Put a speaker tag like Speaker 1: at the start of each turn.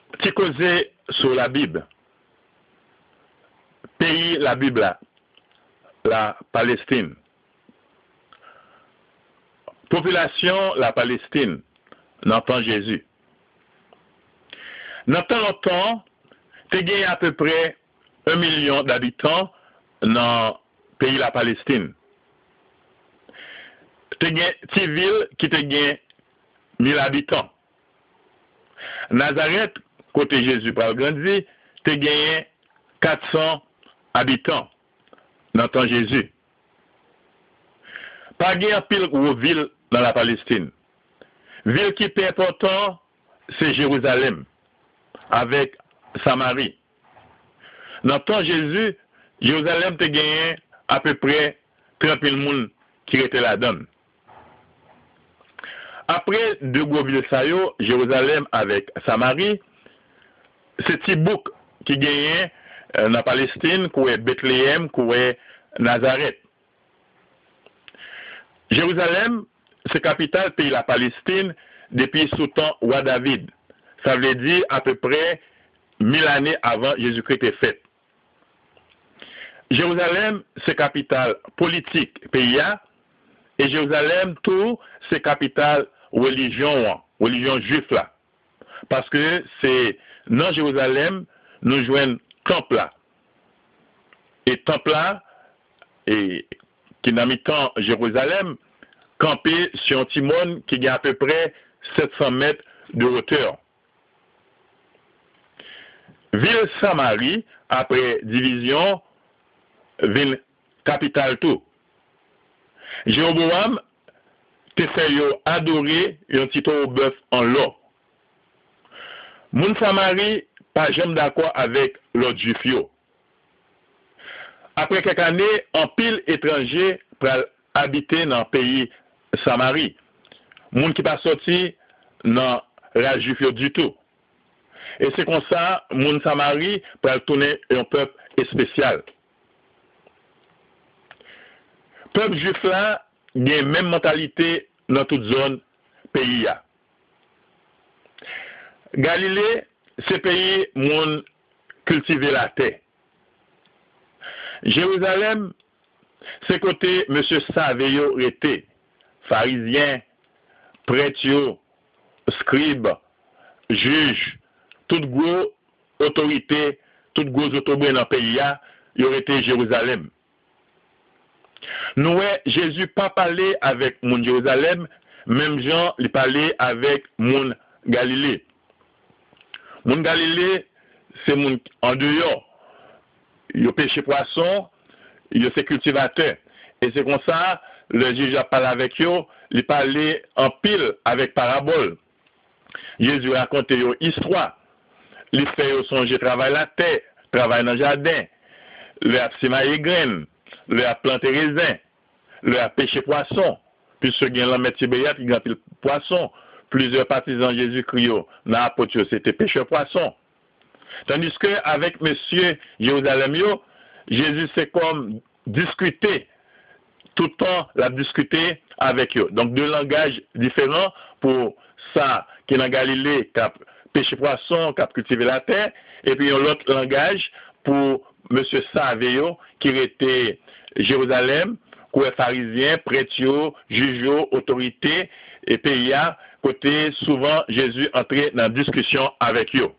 Speaker 1: Tu causé sur la Bible. Pays la Bible là, la Palestine. Population la Palestine, n'entend Jésus. Dans tant longtemps, tu gagné à peu près 1 million d'habitants dans le pays la Palestine. Tu gagné une ville qui te gagne 1000 habitants. Nazareth, côté Jésus par grandi, tu gagné 400 habitants dans le temps Jésus. Pas de pile ou ville dans la Palestine. Ville qui est importante, c'est Jérusalem, avec Samarie. Dans le temps Jésus, Jérusalem a gagné à peu près 30 000 personnes qui étaient là-dedans. Après deux gros villes, Jérusalem avec Samarie, c'est Tibouk qui gagnait dans la Palestine, qui est Bethléem, qui est Nazareth. Jérusalem, c'est capitale pays la Palestine depuis sous temps roi David. Ça veut dire à peu près 1000 années avant Jésus-Christ est fait. Jérusalem, c'est capitale politique pays et Jérusalem tout c'est capitale religion juif là. Parce que c'est dans Jérusalem nous joignons temple là. Et temple là et qui n'a mis temps Jérusalem campé sur un timon qui a à peu près 700 mètres de hauteur. Ville Samarie, après division, ville capitale tout. Jéroboam te fait adorer un petit au bœuf en l'eau. Moun Samarie, pas jamais d'accord avec l'autre juif yo. Après quelques années, un pile étranger pour habiter dans le pays Samarie. Moun qui pas sorti dans la juif yo du tout. Et c'est comme ça, moun Samarie pour tourner un peuple spécial. Peuple juif là, il y a même mentalité dans toute zone pays. Galilée, c'est pays moun cultiver la terre. Jérusalem, c'est côté M. Saveyo était, pharisien, prêtre, scribe, juge, toute grosse autorité, toute grosse autorité dans le pays, il aurait été Jérusalem. Nous, Jésus pas parlé avec mon Jérusalem, même Jean, il parlait avec mon Galilée. Mon Galilée, c'est mon en dehors. Il pêche poisson, il c'est cultivateur. Et c'est comme ça, le juge a parlé avec eux, il parlait en pile avec parabole. Jésus raconte une histoire. Il fait songer travail la terre, travail dans le jardin, il a semaillé graines, il a planté raisin, il a pêché poisson. Puis ce qui est là, métier béat, il a pile poisson. Plusieurs partisans Jésus-Christ, dans l'apôtre, c'était pêcheur poisson. Tandis que avec monsieur Jérusalem, Jésus c'est comme discuter, tout le temps la discuter avec eux. Donc deux langages différents pour ça qui est dans Galilée, qui a pêché poisson, qui a cultivé la terre, et puis un autre langage pour monsieur Saveyo, qui était Jérusalem, qui est pharisien, prêtre, juge, autorité, et pays, côté souvent Jésus entrait dans la discussion avec eux.